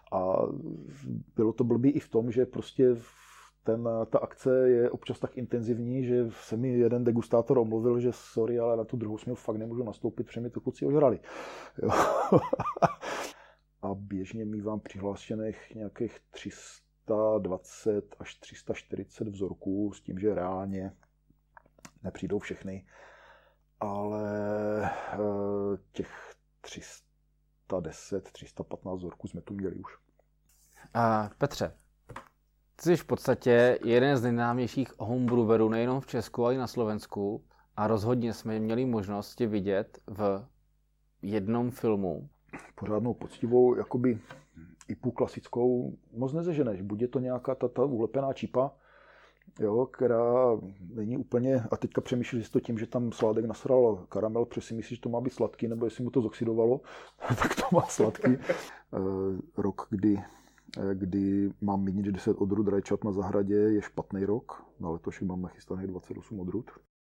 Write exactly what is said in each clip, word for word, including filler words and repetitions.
A bylo to blbý i v tom, že prostě ten, ta akce je občas tak intenzivní, že se mi jeden degustátor omluvil, že sorry, ale na tu druhou směru fakt nemůžu nastoupit, protože mi to kluci ožrali. Jo. A běžně mívám přihlášených nějakých tři sta dvacet až tři sta čtyřicet vzorků s tím, že reálně nepřijdou všechny, ale těch tři sta deset, tři sta patnáct vzorků jsme tu měli už. A Petře, ty jsi v podstatě jeden z nejznámějších homebrewerů nejenom v Česku, ale i na Slovensku a rozhodně jsme měli možnost tě vidět v jednom filmu. Pořádnou poctivou, jakoby i půl klasickou, moc nezeženeš. Buď je to nějaká ta, ta ulepená čipa, jo, která není úplně, a teďka přemýšlím si to tím, že tam Sládek nasral karamel, protože si myslíš, že to má být sladký, nebo jestli mu to zoxidovalo, tak to má sladký. Rok, kdy, kdy mám méně než deset odrůd rajčat na zahradě, je špatný rok. Na letošek mám nachystaných dvacet osm odrůd.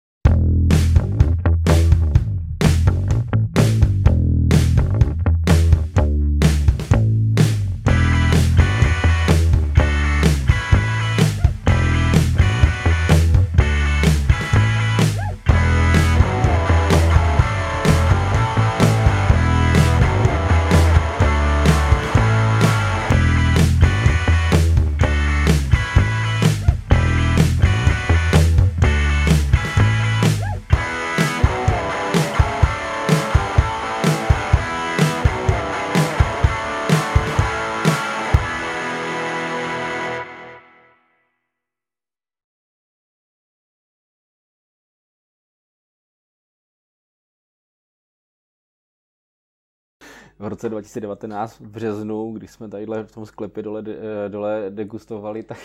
V roce dva tisíce devatenáct v březnu, když jsme tadyhle v tom sklepě dole, dole degustovali, tak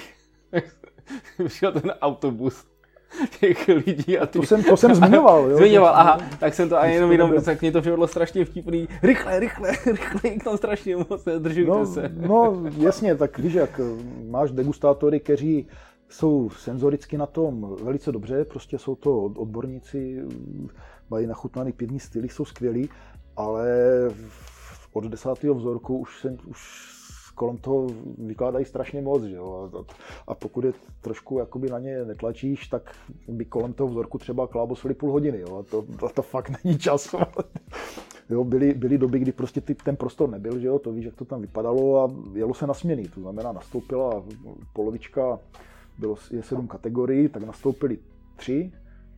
vyšel ten autobus těch lidí. A ty... To jsem, to jsem zmiňoval. Jo? Zmiňoval, aha, tak jsem to ani jenom, jenom tak mě to přivedlo strašně vtipný. Rychle, rychle, rychle, jich tam strašně moc, držujte no, se. No jasně, tak víš jak, máš degustátory, kteří jsou senzoricky na tom velice dobře, prostě jsou to odborníci, mají nachutnaný pivní styly, jsou skvělí, ale od desátého vzorku už se už kolem toho vykládají strašně moc, že jo? A, a pokud je trošku jakoby na ně netlačíš, tak by kolem toho vzorku třeba klábosili půl hodiny, jo? A to, to, to fakt není čas. Jo, byly, byly doby, kdy prostě ty, ten prostor nebyl, že jo? To víš, jak to tam vypadalo a jelo se na směny, to znamená nastoupila polovička, bylo je sedm kategorií, tak nastoupili tři,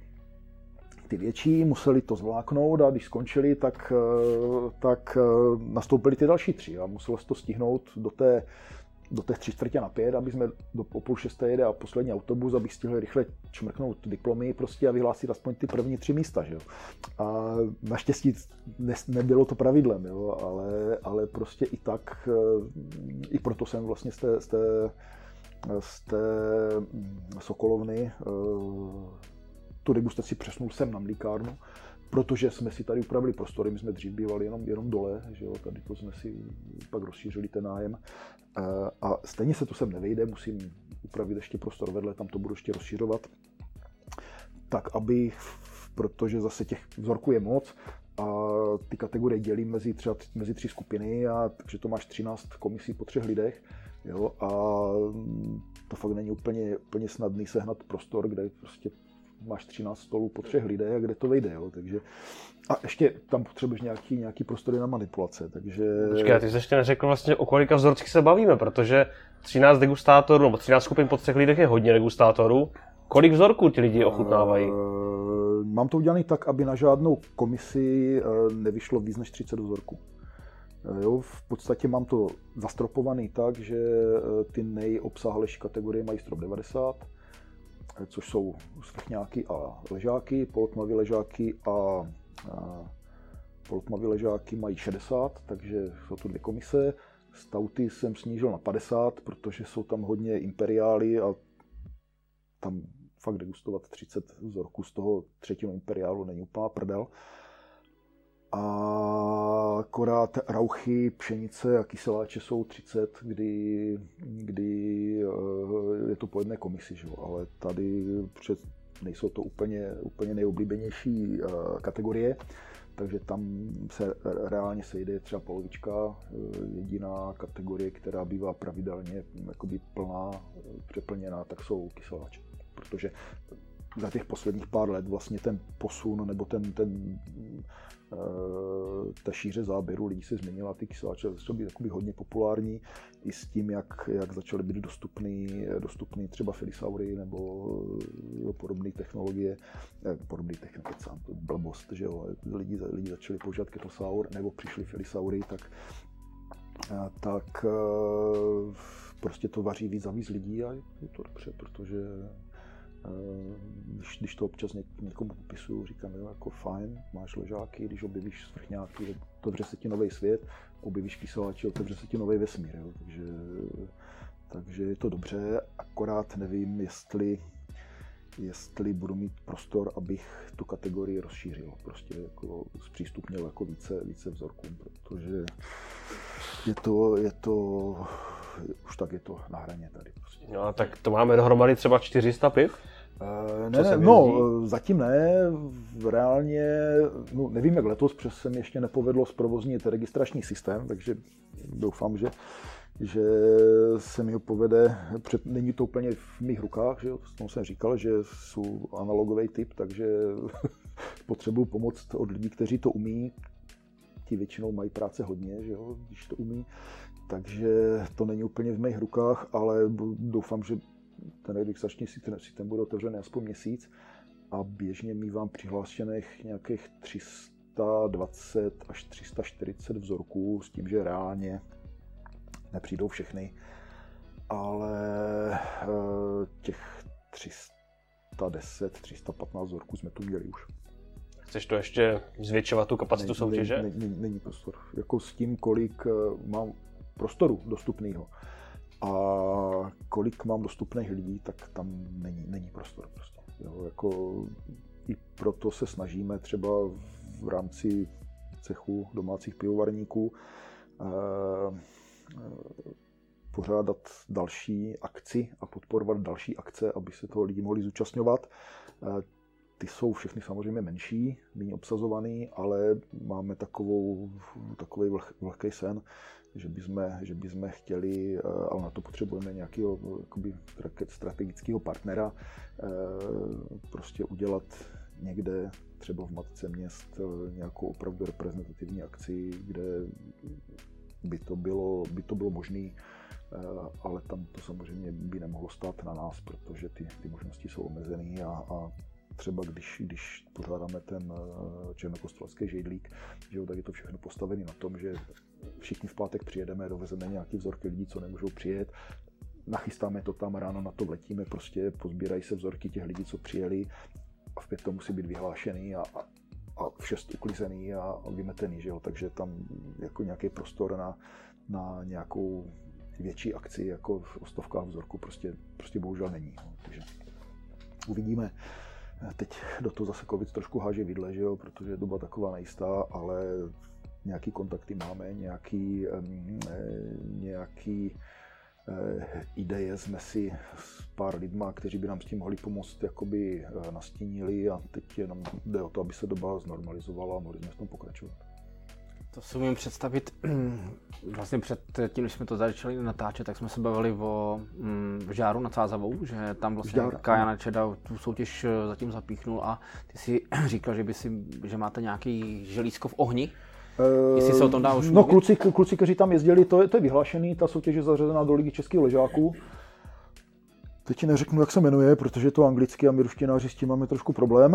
ty větší, museli to zvláknout a když skončili, tak, tak nastoupili ty další tři a muselo se to stihnout do té, do té tři čtvrtě na pět, aby jsme do o půl šesté jede a poslední autobus, aby stihli rychle čmrknout diplomy prostě a vyhlásit aspoň ty první tři místa, že jo. A naštěstí ne, nebylo to pravidlem, jo, ale, ale prostě i tak, i proto jsem vlastně z té, z té, z té Sokolovny tu degustaci přesunul sem na mlýkárnu, protože jsme si tady upravili prostory, my jsme dřív bývali jenom, jenom dole, že jo, tady to jsme si pak rozšířili ten nájem. A stejně se to sem nevejde, musím upravit ještě prostor vedle, tam to budu ještě rozšiřovat. Tak aby, protože zase těch vzorků je moc a ty kategorie dělím mezi, třeba, mezi tři skupiny, a takže to máš třináct komisí po třech lidech, jo, a to fakt není úplně, úplně snadný sehnat prostor, kde prostě máš třináct stolů po třech lidech a kde to vejde, jo, takže a ještě tam potřebuješ nějaký, nějaký prostory na manipulace, takže... Počkej, ty jsi ještě neřekl vlastně, o kolika vzorcích se bavíme, protože třináct degustátorů, nebo třináct skupin po třech lidech je hodně degustátorů. Kolik vzorků ti lidi ochutnávají? Uh, mám to udělané tak, aby na žádnou komisi nevyšlo víc než třicet vzorků. Jo, v podstatě mám to zastropovaný tak, že ty nejobsáhlejší kategorie mají strop devadesát, což jsou svrchňáky a ležáky, polotmavý ležáky a, a polotmavý ležáky mají šedesát, takže jsou tu dvě komise. Stouty jsem snížil na padesát, protože jsou tam hodně imperiály a tam fakt degustovat třicet vzorků z toho třetinu imperiálu není úplná prdel. A akorát rauchy, pšenice a kyseláče jsou třicet, kdy, kdy je to po jedné komisi, že? Ale tady před, nejsou to úplně, úplně nejoblíbenější kategorie, takže tam se reálně sejde třeba polovička, jediná kategorie, která bývá pravidelně jakoby plná, přeplněná, tak jsou kyseláče, protože za těch posledních pár let vlastně ten posun nebo ten, ten ta šíře záběru lidí se změnila, ty kyseláče začaly být jakoby hodně populární i s tím, jak, jak začaly být dostupný, dostupný třeba filisaury nebo jo, podobné technologie, podobné technologie, sám to blbost, že jo, lidi, lidi začali používat ketosaur nebo přišli filisaury, tak, tak prostě to vaří víc a víc lidí a je to dobře, protože Když, když to občas ně, někomu popisuju, říkám, jo, jako fajn, máš ležáky, když objevíš svrchňáky, otevře se ti nový svět, objevíš kyseláče, otevře se ti nový vesmír, jo, takže, takže je to dobře, akorát nevím, jestli, jestli budu mít prostor, abych tu kategorii rozšířil, prostě jako zpřístupnil jako více, více vzorkům, protože je to, je to, už tak je to na hraně tady prostě. No, tak to máme dohromady třeba čtyři sta piv? Uh, ne, ne, no, zatím ne, reálně, no, nevím jak letos, protože se mi ještě nepovedlo zprovoznit registrační systém, takže doufám, že, že se mi ho povede, před, není to úplně v mých rukách, že jo, to jsem říkal, že jsou analogový typ, takže potřebuju pomoc od lidí, kteří to umí, ti většinou mají práce hodně, že jo, když to umí, takže to není úplně v mých rukách, ale doufám, že ten registrační systém bude otevřený aspoň měsíc a běžně mívám přihlášených nějakých tři sta dvacet až tři sta čtyřicet vzorků s tím, že reálně nepřijdou všechny, ale těch tři sta deset, tři sta patnáct vzorků jsme tu měli už. Chceš to ještě zvětšovat tu kapacitu ne, soutěže? Není, není, není prostor. Jako s tím, kolik mám prostoru dostupného a kolik mám dostupných lidí, tak tam není, není prostor prostě. Jo, jako i proto se snažíme třeba v rámci cechu domácích pivovarníků eh, eh, pořádat další akci a podporovat další akce, aby se toho lidi mohli zúčastňovat. Eh, ty jsou všechny samozřejmě menší, méně obsazovaný, ale máme takovou, takový vlh, vlhký sen, že bychom, že bychom chtěli, ale na to potřebujeme nějakého jakoby, strategického partnera, prostě udělat někde, třeba v matce měst, nějakou opravdu reprezentativní akci, kde by to bylo, by to bylo možné, ale tam to samozřejmě by nemohlo stát na nás, protože ty, ty možnosti jsou omezené a, a třeba když, když pořádáme ten černokostelský žejdlík, že jo, tak je to všechno postavené na tom, že všichni v pátek přijedeme, dovezeme nějaký vzorky lidí, co nemůžou přijet, nachystáme to tam, ráno na to vletíme, prostě pozbírají se vzorky těch lidí, co přijeli a v pět to musí být vyhlášený a, a, a v šest uklizený a vymetený, že jo, takže tam jako nějaký prostor na, na nějakou větší akci, jako v stovkách vzorků, prostě, prostě bohužel není, no, takže uvidíme. Teď do toho zase covid trošku háže vidle, že jo, protože je doba taková nejistá, ale nějaký kontakty máme, nějaký, nějaký ideje jsme si s pár lidma, kteří by nám s tím mohli pomoct, jakoby nastínili a teď jenom jde o to, aby se doba znormalizovala a mohli jsme v tom pokračovat. To si umím představit, vlastně před tím, když jsme to začali natáčet, tak jsme se bavili o mm, Žáru nad Sázavou, že tam vlastně Kája Načeda tu soutěž zatím zapíchnul a ty si říkal, že, by si, že máte nějaký želízko v ohni. Uh, Jestli se o tom dá už No kluci, kluci, kteří tam jezdili, to je, to je vyhlášený, ta soutěž je zařazená do Ligy českých ležáků. Teď ti neřeknu, jak se jmenuje, protože je to anglicky a my ruštináři s tím máme trošku problém.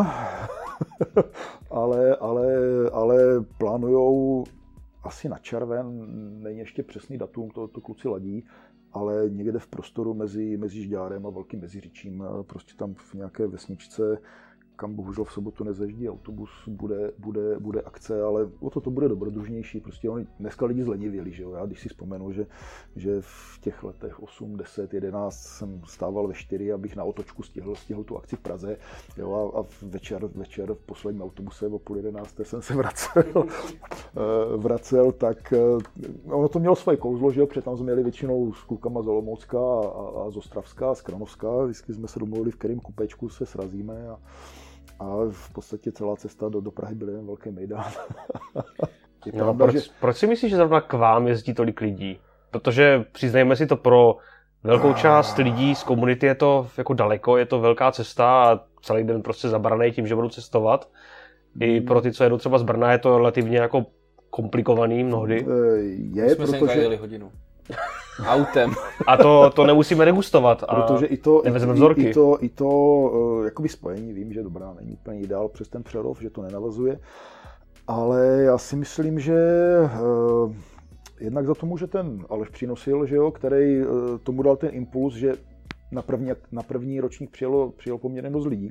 ale, ale, ale plánujou asi na červen, není ještě přesný datum, to, to kluci ladí, ale někde v prostoru mezi, mezi Žďárem a Velkým Meziříčím, prostě tam v nějaké vesničce, kam bohužel v sobotu nezeždí autobus, bude, bude, bude akce, ale o to to bude dobrodružnější. Prostě oni dneska lidi zlenivěli, že jo. Já když si vzpomenu, že, že v těch letech osm, deset, jedenáct jsem stával ve čtyři, abych na otočku stihl, stihl tu akci v Praze, jo, a, a večer, večer v posledním autobuse o půl jedenácté jsem se vracel, vracel, tak ono to mělo svoje kouzlo, že jo, protože tam jsme měli většinou s klukama z Olomoucka a, a z Ostravska, z Kranovska, vždycky jsme se domluvili, v kterém kupečku se srazíme a A v podstatě celá cesta do, do Prahy byl jeden velký mejdán. No, pravda, proč, že... proč si myslíš, že zrovna k vám jezdí tolik lidí? Protože přiznejme si to, pro velkou část lidí z komunity je to jako daleko, je to velká cesta a celý den prostě zabaraný tím, že budou cestovat. I pro ty, co jedou třeba z Brna, je to relativně jako komplikovaný mnohdy. Je, jsme protože... se jeli hodinu. Autem. A to, to nemusíme degustovat. A protože i to, nevezmeme vzorky. I, i to, i to uh, jakoby spojení, vím, že dobrá, není úplně ideál přes ten Přerov, že to nenavazuje. Ale já si myslím, že uh, jednak za to může ten Aleš Přinosil, že jo, který uh, tomu dal ten impuls, že na první, na první ročník přijelo, přijelo poměrně dost lidí.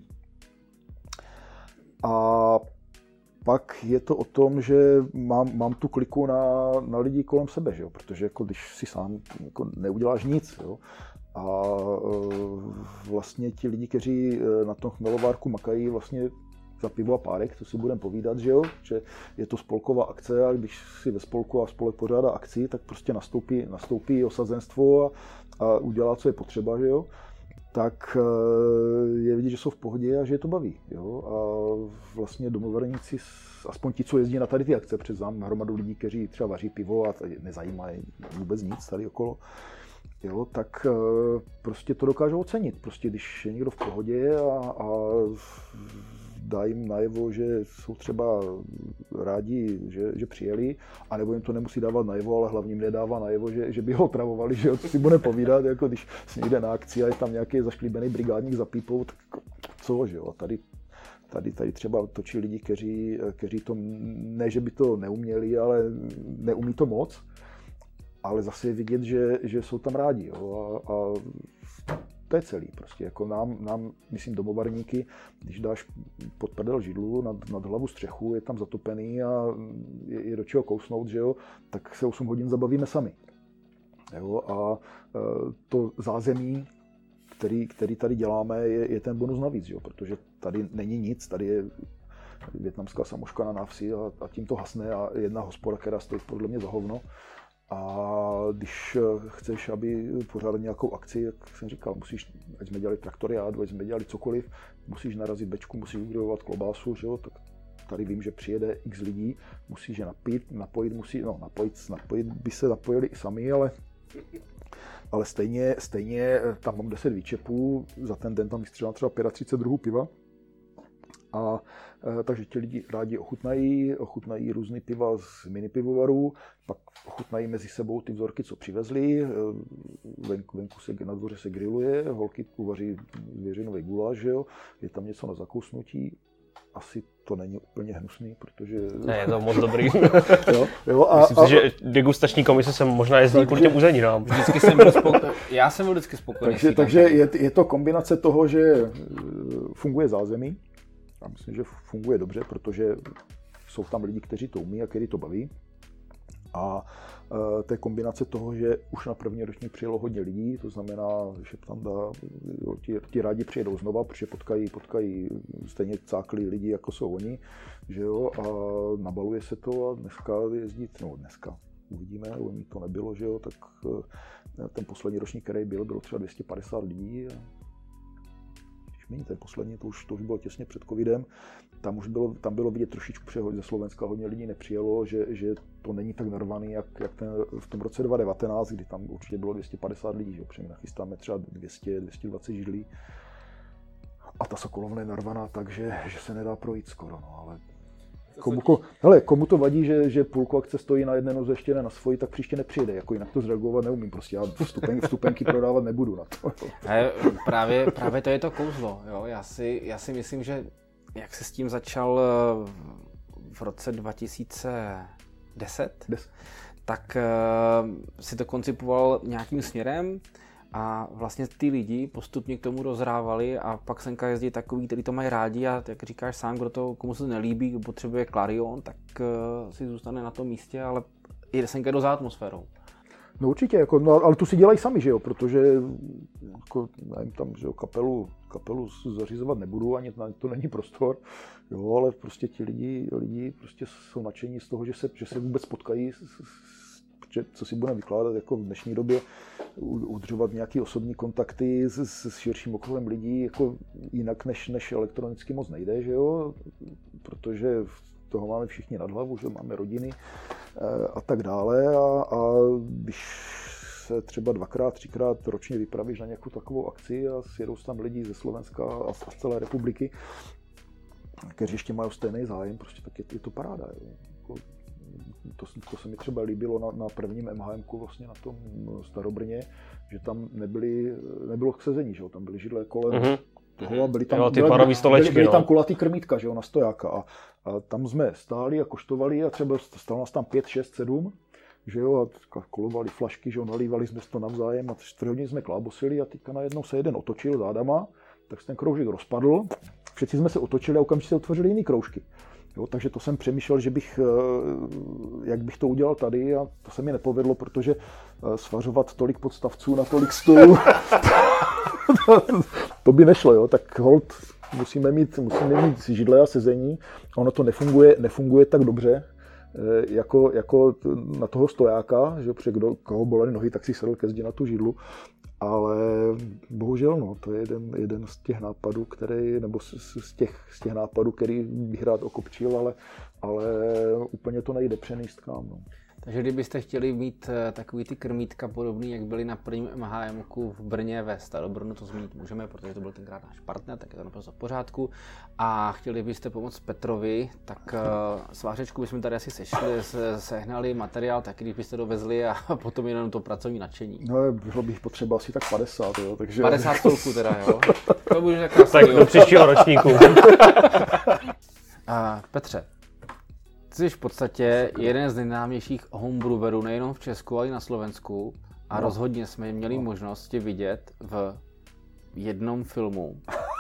A pak je to o tom, že mám, mám tu kliku na, na lidi kolem sebe, že jo? Protože jako když si sám jako neuděláš nic. Jo? A uh, vlastně ti lidi, kteří na tom chmelovárku makají, vlastně za pivo a párek, to si budeme povídat, že jo, že je to spolková akce a když si ve spolku a spolek pořádá akci, tak prostě nastoupí, nastoupí osazenstvo a, a udělá, co je potřeba, že jo, tak je vidět, že jsou v pohodě a že je to baví, jo, a vlastně domovarníci, aspoň ti, co jezdí na tady ty akce, přes znám hromadu lidí, kteří třeba vaří pivo a nezajímají vůbec nic tady okolo, jo, tak prostě to dokážou ocenit, prostě když je někdo v pohodě a, a dá jim najevo, že jsou třeba rádi, že, že přijeli, anebo jim to nemusí dávat najevo, ale hlavně jim nedává najevo, že, že by ho otravovali, že jo, to si bude povídat, jako když se někde na akci a je tam nějaký zašklíbený brigádník za pípou, tak co, že jo, tady, tady, tady třeba točí lidi, kteří, kteří to, ne, že by to neuměli, ale neumí to moc, ale zase je vidět, že, že jsou tam rádi, jo, a, a to je celý prostě, jako nám, nám, myslím, domovarníky, když dáš pod prdel židlu nad, nad hlavu střechu, je tam zatopený a je, je do čeho kousnout, že jo, tak se osm hodin zabavíme sami. Jo, a to zázemí, který, který tady děláme, je, je ten bonus navíc, jo, protože tady není nic, tady je vietnamská samoška na návsi a, a tím to hasne a jedna hospoda, která stojí podle mě za hovno. A když chceš, aby pořádal nějakou akci, jak jsem říkal, musíš, ať jsme dělali traktoriádu, ať jsme dělali cokoliv, musíš narazit bečku, musíš vygrilovat klobásu, že jo, tak tady vím, že přijede x lidí, musíš je napít, napojit, musí, no napojit, napojit by se napojili i sami, ale, ale stejně, stejně tam mám deset výčepů, za ten den tam vystřelám třeba třicet pět druhů piva. A takže ti lidi rádi ochutnají, ochutnají různý piva z minipivovarů, pak ochutnají mezi sebou ty vzorky, co přivezli, venku, venku se na dvoře se grilluje, holky uvaří zvěřinový guláš, že jo, je tam něco na zakousnutí, asi to není úplně hnusný, protože... Ne, je to moc dobrý. jo, jo, a, Myslím a, si, že degustační komise se možná jezdí kvůli těm uzeninám. Vždycky jsem byl spokojený. Já jsem byl vždycky spokojený. Takže, takže je, je to kombinace toho, že funguje zázemí. Já myslím, že funguje dobře, protože jsou tam lidi, kteří to umí a kteří to baví. A e, to je kombinace toho, že už na první ročník přijelo hodně lidí, to znamená, že tam dá, ti, ti rádi přijedou znova, protože potkají, potkají stejně cáklí lidi, jako jsou oni, že jo, a nabaluje se to a dneska jezdí, no dneska uvidíme, loni to nebylo, že jo, tak e, ten poslední ročník, který byl, bylo třeba dvě stě padesát lidí. Ten poslední, to už, to už bylo těsně před covidem, tam už bylo, tam bylo vidět trošičku, protože ze Slovenska hodně lidí nepřijelo, že, že to není tak narvaný, jak, jak ten, v tom roce dva tisíce devatenáct, kdy tam určitě bylo dvě stě padesát lidí, že protože my nachystáme třeba dvě stě, dvě stě dvacet židlí a ta Sokolovna je narvaná tak, že, že se nedá projít skoro, no, ale komu, ko, hele, komu to vadí, že, že půlku akce stojí na jedné noze, ještě ne na svoji, tak příště nepřijde, jako jinak to zreagovat neumím, prostě já vstupen, vstupenky prodávat nebudu na to. Ale právě, právě to je to kouzlo, jo? Já, si, já si myslím, že jak se s tím začal v roce dva tisíce deset, Des. tak si to koncipoval nějakým směrem a vlastně ty lidi postupně k tomu rozhrávali a pak senka jezdí takový, kteří to mají rádi a jak říkáš sám, kdo to, komu se to nelíbí, kdo potřebuje klarion, tak si zůstane na tom místě, ale jde senka do za atmosférou. No určitě, jako, no, ale tu si dělají sami, že jo, protože jako, nevím, tam, že jo, kapelu, kapelu zařizovat nebudu, ani na to není prostor, jo, ale prostě ti lidi, lidi prostě jsou nadšení z toho, že se, že se vůbec potkají s, s protože co si budeme vykládat, jako v dnešní době udržovat nějaké osobní kontakty s, s širším okruhem lidí, jako jinak než, než elektronicky moc nejde, že jo? Protože toho máme všichni nad hlavu, že máme rodiny a tak dále a, a když se třeba dvakrát, třikrát ročně vypravíš na nějakou takovou akci a sjedou tam lidi ze Slovenska a z celé republiky, kteří ještě mají stejný zájem, prostě tak je, je to paráda. Jako, to, to se mi třeba líbilo na, na prvním em há emku vlastně na tom Starobrně, že tam nebyly, nebylo k sezení, že jo, tam byly židle kolem mm-hmm. toho a byly tam, jo, ty byly, stolečky, byly, byly no. tam kulatý krmítka, že jo, na stojáka a, a tam jsme stáli a koštovali a třeba stalo nás tam pět, šest, sedm, že jo, a kolovali flašky, že jo, nalívali jsme to navzájem a čtyři hodiny jsme klábosili a teďka najednou se jeden otočil zádama, tak se ten kroužek rozpadl, všichni jsme se otočili a okamžitě se otvořili jiný kroužky. Jo, takže to jsem přemýšlel, že bych, jak bych to udělal tady a to se mi nepovedlo, protože svařovat tolik podstavců na tolik stolů, to by nešlo, jo, tak hold musíme mít, musíme mít židle a sezení, ono to nefunguje, nefunguje tak dobře, jako, jako na toho stojáka, že protože kdo, koho bolely nohy, tak si sedl ke zdi na tu židlu, ale bohužel no, to je jeden, jeden z těch nápadů, který, nebo z, z, těch, z těch nápadů, který bych rád okopčil, ale, ale úplně to nejde přenést k nám. No. Takže kdybyste chtěli mít takový ty krmítka podobný, jak byly na prvním em há emku v Brně ve Starobrnu, to zmínit můžeme, protože to byl tenkrát náš partner, tak je to naprosto v pořádku. A chtěli byste pomoct Petrovi, tak svářečku bychom tady asi sešli, sehnali materiál, tak když byste dovezli a potom jenom to pracovní nadšení. No, bylo bych potřeba asi tak padesát, jo, takže... padesát stolků teda, jo? To bude tak tak do příštího ročníku. A Petře, ty jsi v podstatě jeden z nejznámějších homebrewerů nejenom v Česku, ale i na Slovensku a no. rozhodně jsme měli no. možnost tě vidět v jednom filmu.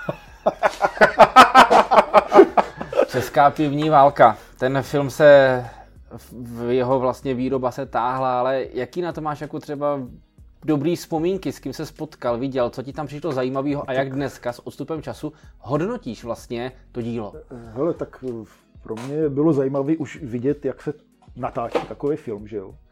Česká pivní válka. Ten film se, v jeho vlastně výroba se táhla, ale jaký na to máš jako třeba dobrý vzpomínky, s kým se spotkal, viděl, co ti tam přišlo zajímavého a jak dneska s odstupem času hodnotíš vlastně to dílo? Hele, tak pro mě bylo zajímavé už vidět, jak se natáčí takový film, že jo.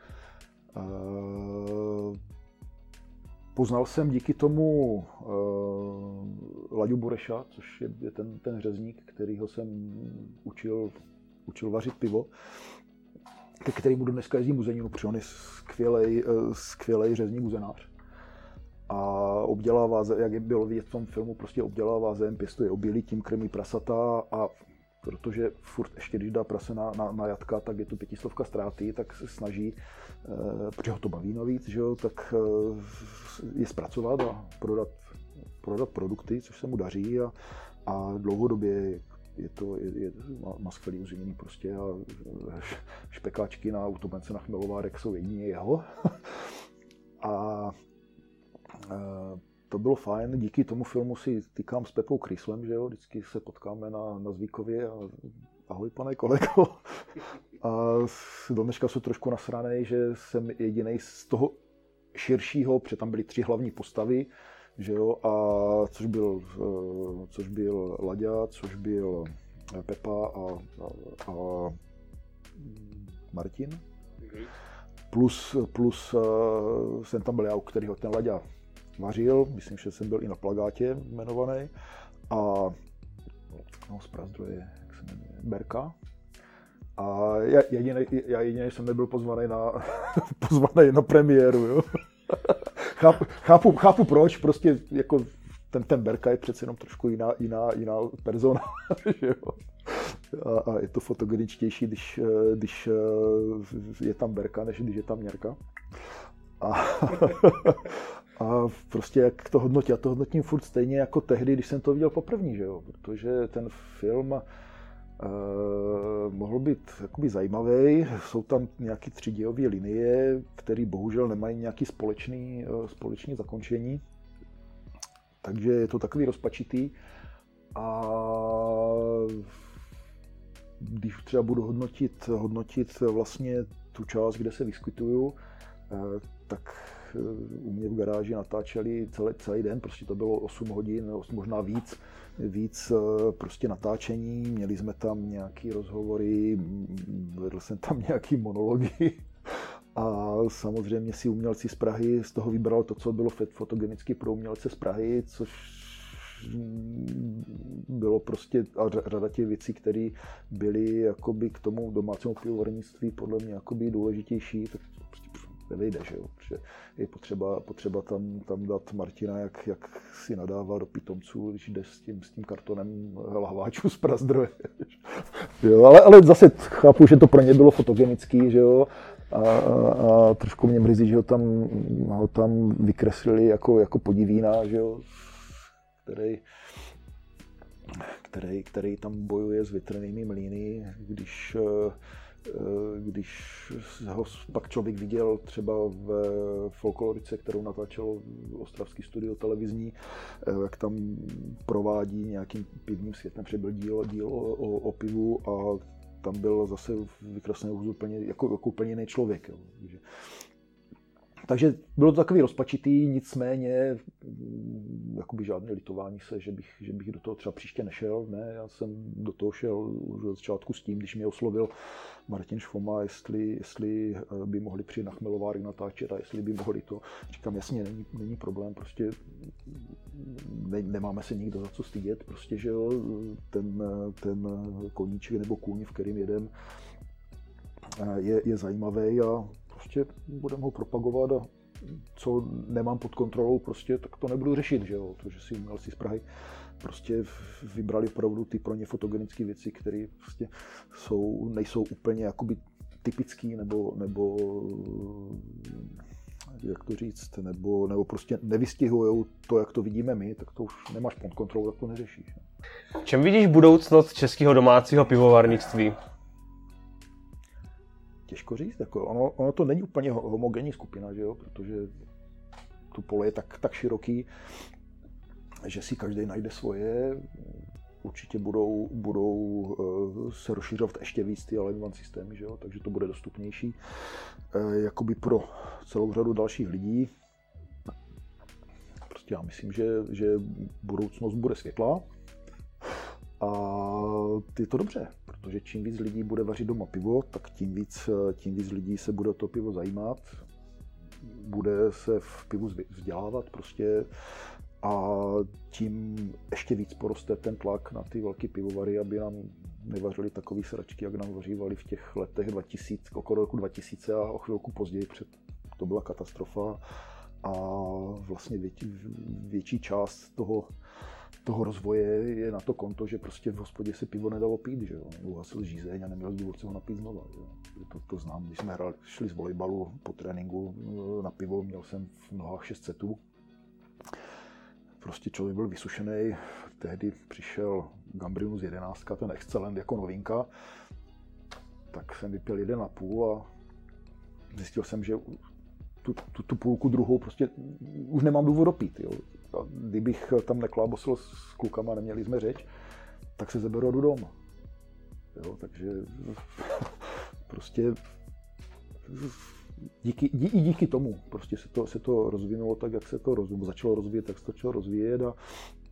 Uh, poznal jsem díky tomu uh, Laďu Bureša, což je, je ten, ten řezník, kterýho jsem učil, učil vařit pivo, ke kterému do dneska jezdím muzeňinu, protože on je skvělej, uh, skvělej řezník muzenář. A obdělává, jak bylo vidět v tom filmu, prostě obdělává zem, pěstuje obilí, tím krmí prasata a protože furt ještě, když dá prase na, na, na jatka, tak je to pětistovka ztráty, tak se snaží, eh, protože ho to baví navíc, že jo, tak eh, je zpracovat a prodat, prodat produkty, což se mu daří a, a dlouhodobě je to, je, je, má, má skvělý uzenění prostě a špekáčky na autobence na Chmelovárek jsou jedině jeho. a eh, To bylo fajn, díky tomu filmu si tykám s Pepou Kryslem, že jo, vždycky se potkáme na, na Zvíkově a ahoj pane kolego. A do dneška jsou trošku nasranej, že jsem jedinej z toho širšího, protože tam byly tři hlavní postavy, že jo, a což byl, což byl Laďa, což byl Pepa a, a, a Martin. Plus, plus jsem tam byl já, u kterého ten Laďa vařil, myslím, že jsem byl i na plakátě jmenovaný. A no, z Prazdroje, jak se jmenuje, Berka. A já jediný, já jediný jsem nebyl pozvaný na, pozvaný na premiéru, jo. chápu, chápu, chápu proč, prostě jako ten, ten Berka je přece jenom trošku jiná, jiná, jiná persona, že jo. A, a je to fotogeničtější, když, když je tam Berka, než když je tam Měrka. A, a prostě jak to hodnotí, já to hodnotím furt stejně jako tehdy, když jsem to viděl poprvé, že jo, protože ten film uh, mohl být jakoby zajímavý, jsou tam nějaké třídějové linie, které bohužel nemají nějaké společné uh, společné zakončení, takže je to takový rozpačitý a když třeba budu hodnotit, hodnotit vlastně tu část, kde se vyskytuju, uh, tak u mě v garáži natáčeli celý, celý den, prostě to bylo osm hodin, možná víc, víc prostě natáčení, měli jsme tam nějaký rozhovory, vedl jsem tam nějaký monology A samozřejmě si umělci z Prahy z toho vybral to, co bylo fotogenicky pro umělce z Prahy, což bylo prostě a řada těch věcí, které byly jakoby k tomu domácímu pivovarnictví podle mě jakoby důležitější, tak prostě nevejde, že jo, protože je potřeba, potřeba tam, tam dát Martina, jak, jak si nadává do pitomců, když jde s tím, s tím kartonem lahváčů z Prazdroje. Jo, ale, ale zase chápu, že to pro ně bylo fotogenický, že jo, a, a, a trošku mě mrzí, že ho tam, ho tam vykreslili jako, jako podivína, že jo, který, který, který tam bojuje s větrnými mlýny, když, když ho pak člověk viděl třeba v folklorice, kterou natáčelo ostravský studio televizní, jak tam provádí nějakým pivním světem, protože byl díl, díl o, o, o pivu a tam byl zase vykreslený úplně, jako, jako úplně jiný člověk. Jo. Takže bylo to takový rozpačitý, nicméně jakoby žádné litování se, že bych, že bych do toho třeba příště nešel. Ne, já jsem do toho šel už od začátku s tím, když mě oslovil Martin Švoma, jestli, jestli by mohli přijít na Chmelovárek natáčet a jestli by mohli to. Říkám, jasně, není, není problém, prostě ne, nemáme se nikdo za co stydět, prostě, že jo, ten, ten koníček nebo kůň, v kterým jedem, je, je zajímavý a prostě budeme ho propagovat a co nemám pod kontrolou, prostě, tak to nebudu řešit, že jo, to, že si umělci z Prahy prostě vybrali opravdu ty pro ně fotogenické věci, které prostě jsou, nejsou úplně jakoby typický, nebo, nebo jak to říct, nebo, nebo prostě nevystihujou to, jak to vidíme my, tak to už nemáš pod kontrolou, tak to neřešíš. Čem vidíš budoucnost českého domácího pivovarnictví? Těžko říct, jako ono, ono to není úplně homogenní skupina, že jo? Protože to pole je tak, tak široký, že si každý najde svoje. Určitě budou, budou uh, se rozšiřovat ještě víc ty all-in-one systémy, že jo? Takže to bude dostupnější uh, jakoby pro celou řadu dalších lidí. Prostě já myslím, že, že budoucnost bude světlá. A je to dobře, protože čím víc lidí bude vařit doma pivo, tak tím víc, tím víc lidí se bude o to pivo zajímat, bude se v pivu vzdělávat prostě a tím ještě víc poroste ten tlak na ty velké pivovary, aby nám nevařili takový sračky, jak nám vařívali v těch letech dva tisíce, okolo roku dva tisíce a o chvilku později před, to byla katastrofa a vlastně větší, větší část toho toho rozvoje je na to konto, že prostě v hospodě se pivo nedalo pít, že jo. Uhasil žízeň a neměl důvod se ho napít znova. Že? To, to znám, když jsme hrali, šli z volejbalu po tréninku na pivo, měl jsem v nohách šest setů. Prostě člověk byl vysušený, tehdy přišel Gambrinus jedenáct, ten Excellent jako novinka, tak jsem vypil jeden a půl a zjistil jsem, že tu, tu, tu půlku druhou prostě už nemám důvod dopít, jo. A kdybych tam neklábosil s klukama, neměli jsme řeč, tak se zeberu a jdu doma. Jo, takže prostě díky, dí, i díky tomu prostě se to, se to rozvinulo tak, jak se to rozvinulo, začalo rozvíjet, tak se to začalo rozvíjet a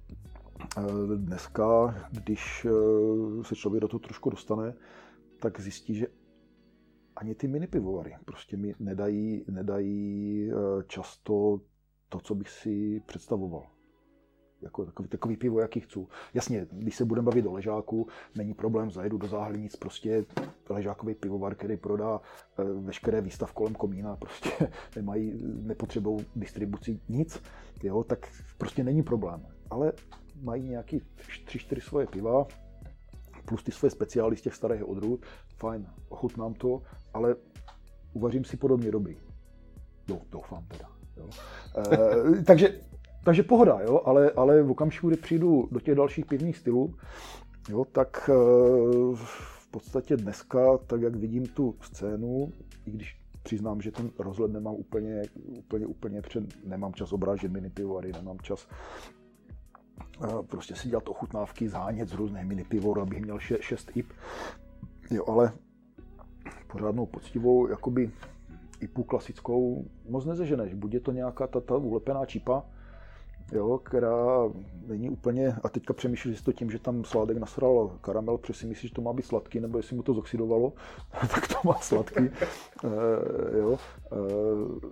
dneska, když se člověk do toho trošku dostane, tak zjistí, že ani ty mini pivovary prostě mi nedají, nedají často to, co bych si představoval. Jako takový, takový pivo, jaký chci. Jasně, když se budeme bavit o ležáku, není problém, zajedu do Záhlinic, prostě ležákový pivovar, který prodá e, veškeré výstav kolem komína, prostě nemají, nepotřebují distribuci, nic, jo, tak prostě není problém. Ale mají nějaký tři, čtyři svoje piva, plus ty svoje speciály z těch starých odrůd, fajn, ochutnám to, ale uvařím si podobně dobrý. Jo, doufám teda. Jo. E, takže, takže pohoda, jo, ale, ale v okamžiku, kdy přijdu do těch dalších pivních stylů, jo, tak e, v podstatě dneska, tak jak vidím tu scénu, i když přiznám, že ten rozhled nemám úplně, úplně, úplně, před, nemám čas obrážet mini pivovary, nemám čas e, prostě si dělat ochutnávky, zhánět z různých mini pivovarů, abych měl še, šest I P, jo, ale pořádnou poctivou, jakoby I P U klasickou moc nezeženeš. Buď je to nějaká ta, ta ulepená čipa, jo, která není úplně, a teďka přemýšlím, jestli to tím, že tam Sládek nasral karamel, protože si myslí, že to má být sladký, nebo jestli mu to zoxidovalo, tak to má sladký. e, jo. E,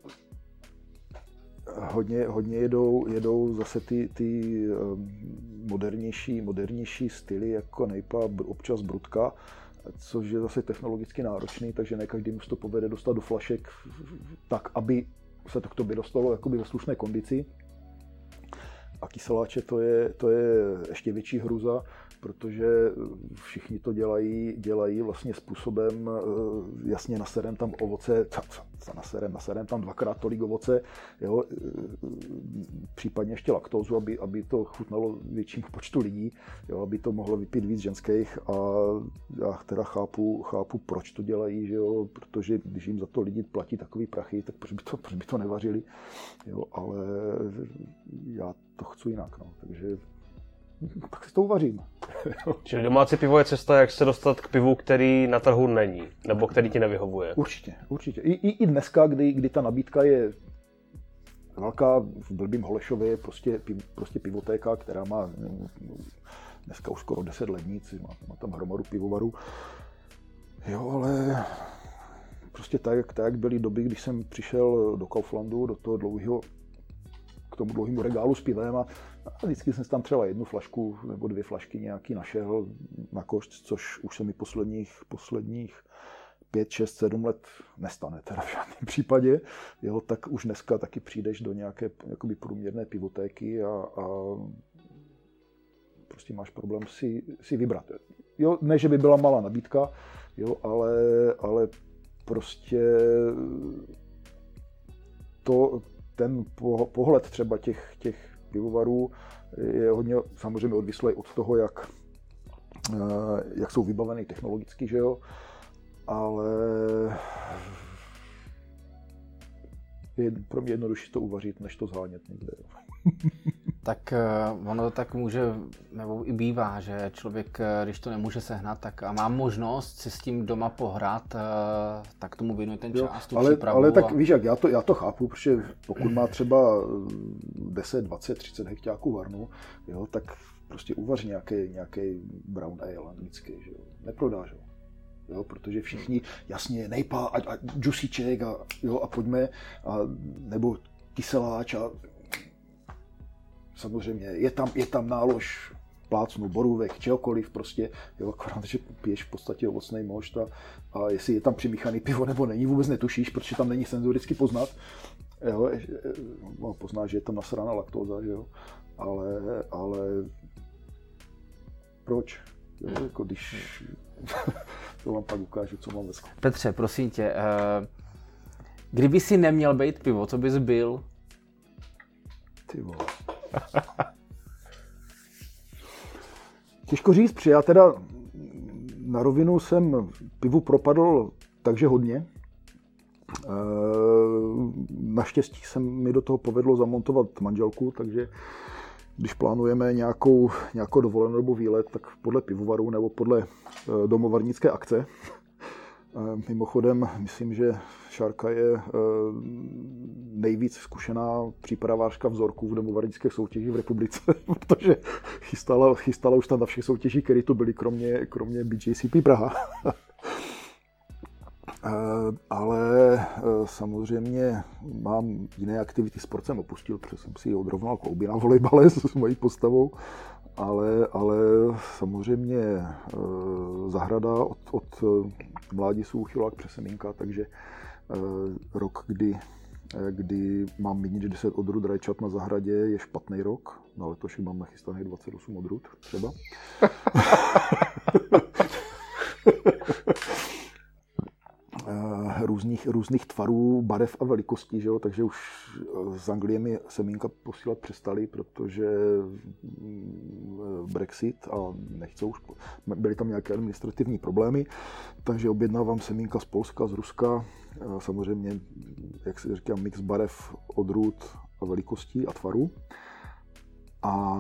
hodně, hodně jedou, jedou zase ty, ty modernější, modernější styly, jako nejpa, občas brudka, což je zase technologicky náročný, takže ne každému se to povede dostat do flašek tak, aby se to k tobě dostalo jakoby ve slušné kondici. A kyseláče to je, to je ještě větší hruza, protože všichni to dělají, dělají vlastně způsobem, jasně naserem tam ovoce, naserem, naserem tam dvakrát tolik ovoce, jo, případně ještě laktózu, aby, aby to chutnalo většímu počtu lidí, jo, aby to mohlo vypít víc ženských, a já teda chápu, chápu proč to dělají, že jo, protože když jim za to lidi platí takový prachy, tak proč by to, proč by to nevařili, jo, ale já to chci jinak, no, takže tak si to uvařím. Čili domácí pivo je cesta, jak se dostat k pivu, který na trhu není, nebo který ti nevyhovuje. Určitě, určitě. I, i, i dneska, kdy, kdy ta nabídka je velká, v Blbým Holešově je prostě, prostě pivotéka, která má dneska už skoro deset lednic, má, má tam hromadu pivovarů. Jo, ale prostě tak, tak, jak byly doby, když jsem přišel do Kauflandu, do toho dlouhého, k tomu dlouhému regálu s pivem, a A vždycky jsem si tam třeba jednu flašku nebo dvě flašky nějaký našel na košť, což už se mi posledních, posledních pět, šest, sedm let nestane teda v žádném případě. Jo, tak už dneska taky přijdeš do nějaké jakoby průměrné pivotéky a, a prostě máš problém si, si vybrat. Jo, ne, že by byla malá nabídka, jo, ale, ale prostě to, ten pohled třeba těch, těch pivovarů je hodně samozřejmě odvislý od toho, jak, jak jsou vybaveny technologicky, že jo, ale je pro mě jednodušší to uvařit, než to zhánět někde. Tak ono to tak může, nebo i bývá, že člověk, když to nemůže sehnat, tak a má možnost si s tím doma pohrát, tak tomu věnuje ten čas, tu ale, přípravu. ale tak a... víš jak, já to, já to chápu, protože pokud má třeba deset, dvacet, třicet hekťáků varnu, jo, tak prostě uvař nějaký, nějaký brown ale anglický, že jo, neprodáš ho. Jo, protože všichni, jasně, nejpa a, a džusíček a, jo, a pojďme, a, nebo kyseláč a samozřejmě je tam, je tam nálož plácnu, borůvek, čehokoliv prostě, jo, akorát, že piješ v podstatě ovocnej mošt a, a jestli je tam přimíchaný pivo nebo není, vůbec netušíš, protože tam není senzoricky poznat, jo, no, poznáš, že je tam nasraná laktóza, že jo, ale, ale proč, jo, jako když, to vám pak ukážu, co mám ve sklepě. Petře, prosím tě, kdyby si neměl být pivo, co bys byl? Ty vole. Těžko říct, protože já teda na rovinu jsem pivu propadl takže hodně. Naštěstí se mi do toho povedlo zamontovat manželku, takže když plánujeme nějakou, nějakou dovolenou nebo výlet, tak podle pivovaru nebo podle domovarnické akce. Mimochodem, myslím, že Šárka je nejvíc zkušená přípravářka vzorků v domovarnických soutěžích v republice, protože chystala, chystala už tam na všech soutěžích, které tu byly, kromě, kromě B J C P Praha. Ale samozřejmě mám jiné aktivity, sport jsem opustil, protože jsem si odrovnal klouby na volejbale s mojí postavou, ale, ale samozřejmě zahrada od, od mládí jsou uchylák přes semínka, takže rok, kdy, kdy mám méně než deset odrůd rajčat na zahradě, je špatný rok. Na letošek mám nachystaných dvacet osm odrůd třeba. Různých, různých tvarů, barev a velikostí, že jo? Takže už z Anglie mi semínka posílat přestali, protože Brexit a nechcou už, byly tam nějaké administrativní problémy, takže objednávám semínka z Polska, z Ruska, samozřejmě, jak se říká, mix barev, odrůd a velikostí a tvarů. A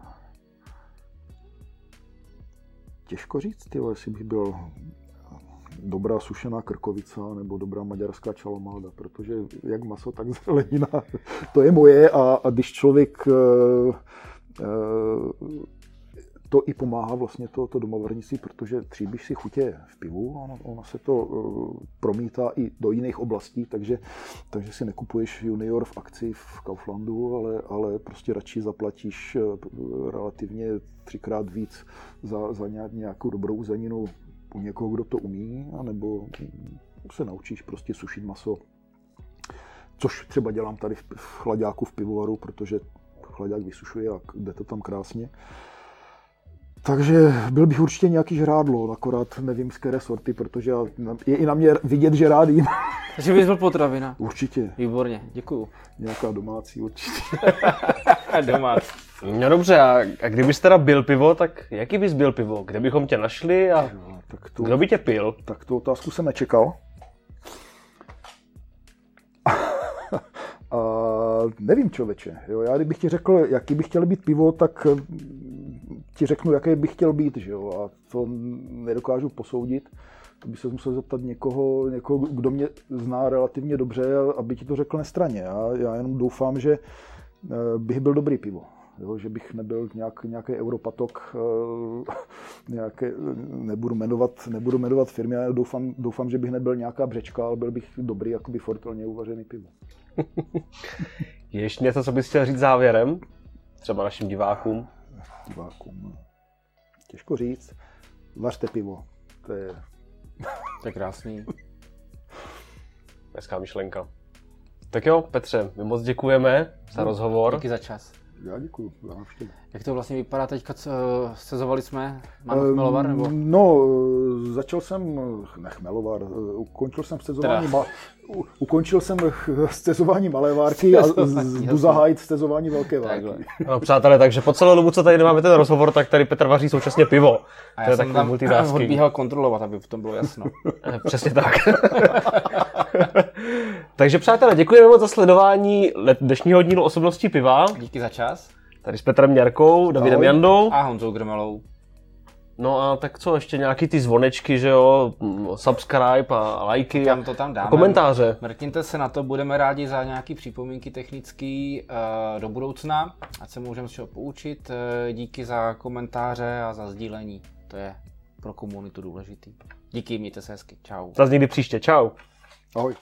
těžko říct, tyjo, jestli bych byl dobrá sušená krkovica nebo dobrá maďarská čalomáda, protože jak maso, tak zelenina, to je moje a, a když člověk uh, uh, to i pomáhá vlastně to, to domovarnictví, protože tříbíš si chutě v pivu, ono, ono se to uh, promítá i do jiných oblastí, takže, takže si nekupuješ junior v akci v Kauflandu, ale, ale prostě radši zaplatíš uh, relativně třikrát víc za, za nějakou dobrou uzeninu u někoho, kdo to umí, anebo se naučíš prostě sušit maso, což třeba dělám tady v, v chlaďáku v pivovaru, protože chlaďák vysušuje a jde to tam krásně. Takže byl bych určitě nějaký žrádlo, akorát nevím z které sorty, protože je i na mě vidět, že rád jím. Takže bys byl potravina. Určitě. Výborně, děkuju. Nějaká domácí určitě. Domácí. No dobře, a, a kdybys teda byl pivo, tak jaký bys byl pivo? Kde bychom tě našli a no, tak to, kdo by tě pil? Tak tu otázku jsem nečekal. A nevím, člověče. Jo, já kdybych ti řekl, jaký bych chtěl být pivo, tak ti řeknu, jaký bych chtěl být, že jo, a to nedokážu posoudit. To by se musel zeptat někoho, někoho, kdo mě zná relativně dobře, aby ti to řekl nestranně. Já, já jenom doufám, že bych byl dobrý pivo. Jo, že bych nebyl nějak, nějaký europatok, nějaké, nebudu jmenovat, nebudu jmenovat firmy, ale doufám, doufám, že bych nebyl nějaká břečka, ale byl bych dobrý, jakoby fortelně uvařený pivo. Je ještě něco, co bys chtěl říct závěrem? Třeba našim divákům? Divákům. Těžko říct. Vařte pivo. To je... To je krásný. Hezká myšlenka. Tak jo, Petře, my moc děkujeme za no, rozhovor. Díky za čas. Já děkuju za návštěvu. Jak to vlastně vypadá teďka, co sezovali jsme? Máme chmelovar nebo? No, začal jsem, ne chmelovar, ukončil jsem stezování, ma, ukončil jsem stezování malé várky a jdu zahájit stezování velké várky. No, přátelé, takže po celou dobu, co tady nemáme ten rozhovor, tak tady Petr vaří současně pivo. A já to je jsem tam odbíhal kontrolovat, aby v tom bylo jasno. Přesně tak. Takže přátelé, děkujeme moc za sledování dnešního dílu Osobností piva. Díky za čas. Tady s Petrem Měrkou, Davidem Ahoj. Jandou. A Honzou Grmelou. No a tak co, ještě nějaký ty zvonečky, že jo, subscribe a lajky tam to tam dáme. A komentáře. Mrkněte se na to, budeme rádi za nějaký připomínky technický uh, do budoucna, ať se můžeme z čeho poučit. Uh, díky za komentáře a za sdílení, to je pro komunitu důležitý. Díky, mějte se hezky, čau. Zas někdy příště, čau. Ahoj.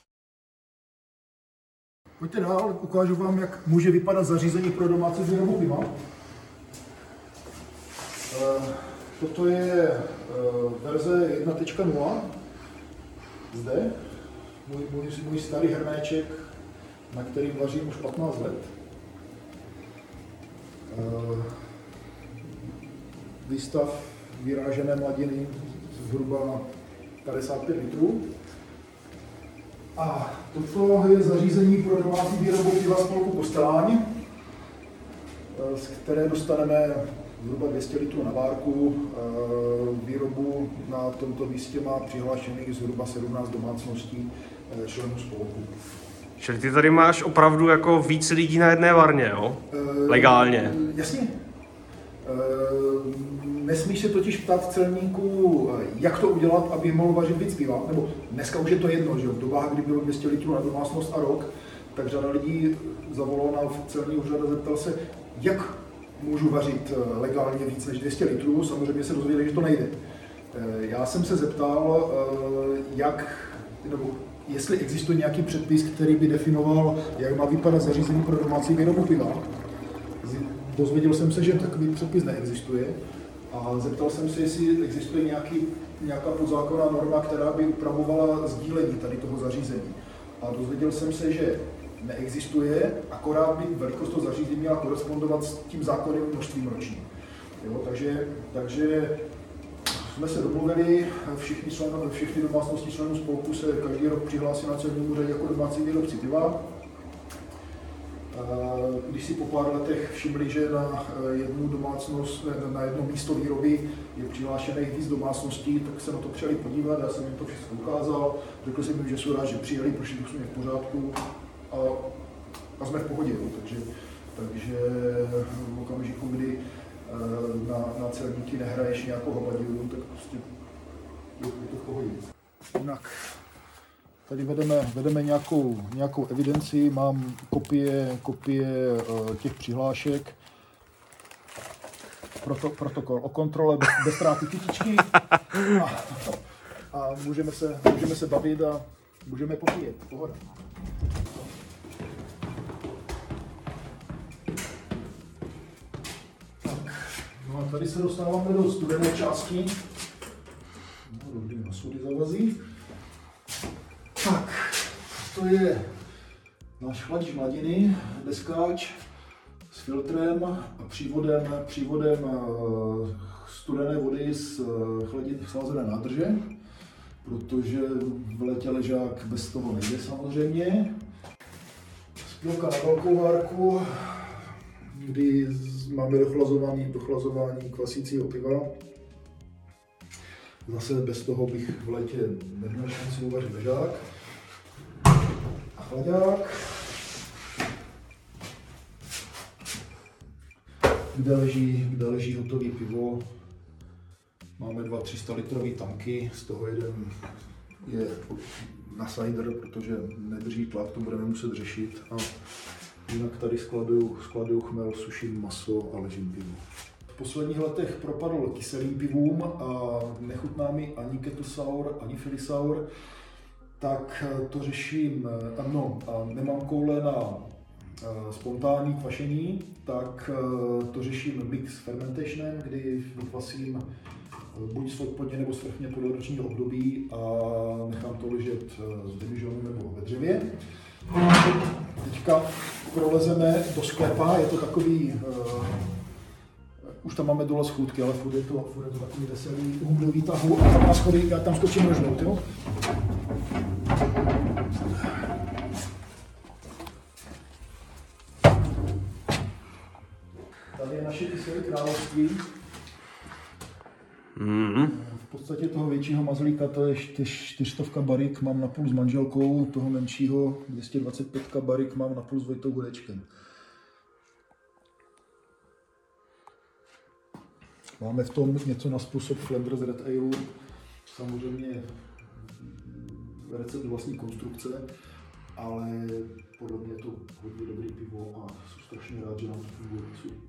Pojďte dál, ukážu vám, jak může vypadat zařízení pro domácí výrobu piva. Toto je verze jedna tečka nula. Zde můj, můj, můj starý hrnéček, na kterým vařím už patnáct let. Výstav vyrážené mladiny zhruba padesát pět litrů. A toto je zařízení pro domácí výrobu piva spolku Kostelání, z které dostaneme zhruba dvě stě litrů na várku. Výrobu na tomto místě má přihlášených zhruba sedmnáct domácností členů spolku. Čili ty tady máš opravdu jako víc lidí na jedné varně, jo? Legálně. E, jasně. E, nesmíš se totiž ptát celníků, jak to udělat, aby mohl vařit víc piva. Nebo dneska už je to jedno, že v dobách, kdy bylo dvě stě litrů na domácnost a rok, tak řada lidí zavolala na celní úřad a zeptal se, jak můžu vařit legálně víc než dvě stě litrů. Samozřejmě se dozvěděli, že to nejde. Já jsem se zeptal, jak, nebo jestli existuje nějaký předpis, který by definoval, jak má vypadat zařízení pro domácí výrobu piva. Dozvěděl jsem se, že takový předpis neexistuje. A zeptal jsem se, jestli existuje nějaký, nějaká podzákonná norma, která by upravovala sdílení tady toho zařízení. A dozvěděl jsem se, že neexistuje, akorát by velikost toho zařízení měla korespondovat s tím zákonným množstvím ročním. Jo, takže, takže jsme se domluvili, všichni, člen, všichni domácnosti členů spolku se každý rok přihlásí na celní úřad jako domácí výrobci piva. Když si po pár letech všimli, že na jednu domácnost, na jedno místo výroby je přihlášených víc domácností, tak se na to přijeli podívat, já jsem jim to všechno ukázal, řekl jsem jim, že jsou rád, že přijeli, protože to jsou v pořádku a, a jsme v pohodě. Takže, takže v okamžiku, kdy na, na celníky nehraješ nějakou hovadinu, tak prostě je to v pohodě. Jinak tady vedeme, vedeme nějakou, nějakou evidenci, mám kopie, kopie těch přihlášek, Proto, protokol o kontrole bez, bez ztráty kytičky a, a můžeme, se, můžeme se bavit a můžeme popíjet. Pohoda. Tak, no a tady se dostáváme do studené části. No, dobrý, na sudy zavazí. Tak, to je náš chladič mladiny, deskáč s filtrem a přívodem, přívodem studené vody z chladin chlazené nádrže, protože v létě ležák bez toho nejde samozřejmě. Spilka na velkou várku, kdy máme dochlazování, dochlazování kvasícího piva. Zase bez toho bych v létě neměl šanci uvařit ležák. A chlaďák, kde leží, kde leží hotový pivo. Máme dva tři sta litrový tanky, z toho jeden je na cider, protože nedrží tlak, to budeme muset řešit. A jinak tady skladuju, skladuju chmel, suším maso a ležím pivo. V posledních letech propadl kyselým pivům a nechutná mi ani keto sour, ani Philly sour, tak to řeším, ano, a nemám koule na spontánní kvašení, tak to řeším mix fermentationem, kdy vykvasím buď svodpodně nebo svrchně podle ročního období a nechám to ležet z demižonu nebo ve dřevě. Teďka prolezeme do sklepa, je to takový, uh, už tam máme dole schůdky, ale furt je to, furt je to takový veselý uhlu výtahu a tam na schody, já tam skočím rožnout, jo? Tady je naše kyselé království. Mm. V podstatě toho většího mazlíka, to je čtyřstovka barik, mám napůl s manželkou, toho menšího dvě stě dvacet pět barik mám napůl s Vojtou Hudečkem. Máme v tom něco na způsob Flanders Red Ale, samozřejmě recept vlastní konstrukce, ale podle mě je to hodně dobrý pivo a jsem strašně rád, že nám to funguje.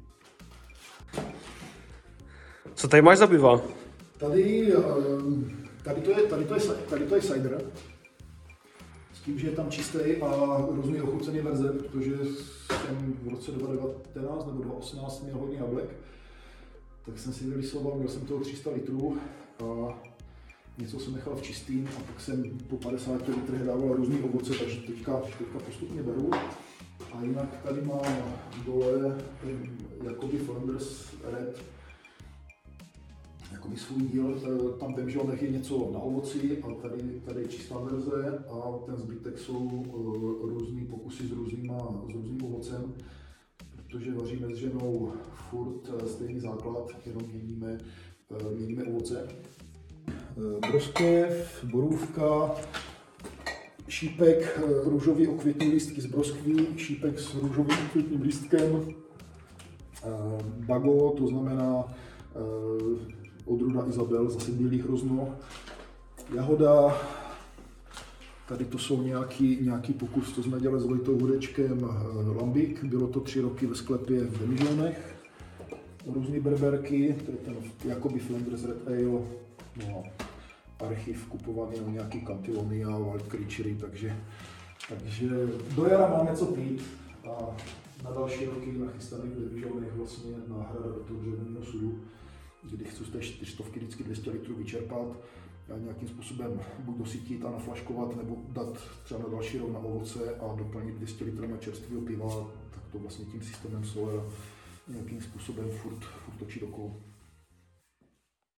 Co tady máš za piva? Tady, tady, to je, tady, to je, tady to je cider, s tím, že je tam čistý a různý ochucený verze, protože jsem v roce dva tisíce devatenáct nebo dva tisíce osmnáct měl hodně jablek, tak jsem si vylisoval, měl jsem toho tři sta litrů a něco jsem nechal v čistým a pak jsem po padesáti litrech dával různý ovoce, takže teďka, teďka postupně beru. A jinak tady mám dole jakoby Flanders Red, jakoby svůj díl, tam vím, že je něco na ovoci a tady, tady je čistá verze a ten zbytek jsou různý pokusy s, různýma, s různým ovocem, protože vaříme s ženou furt stejný základ, jenom měníme, měníme ovoce. Broskev, borůvka, šípek, růžový okvětní lístky z broskví, šípek s růžovým okvětním lístkem, bago, to znamená odrůda Izabel, zase bílý hrozno, jahoda, tady to jsou nějaký, nějaký pokus, co jsme dělali s Vojtou Hudečkem, lambik, bylo to tři roky ve sklepě v demižonech, různé berberky, to je ten jakoby Flanders Red Ale, no, archiv kupovaný na nějaký kantilony a wild creature, takže, takže do jara máme co pít a na další roky nachystaný v demižonech vlastně náhrada do toho dřevěného sudu, kdy chci z té čtyřstovky vždycky dvě stě litrů vyčerpat a nějakým způsobem buď dosytit a naflaškovat, nebo dát třeba na další rok na ovoce a doplnit dvě stě litrů čerstvého piva, tak to vlastně tím systémem Soler nějakým způsobem furt, furt točí dokola.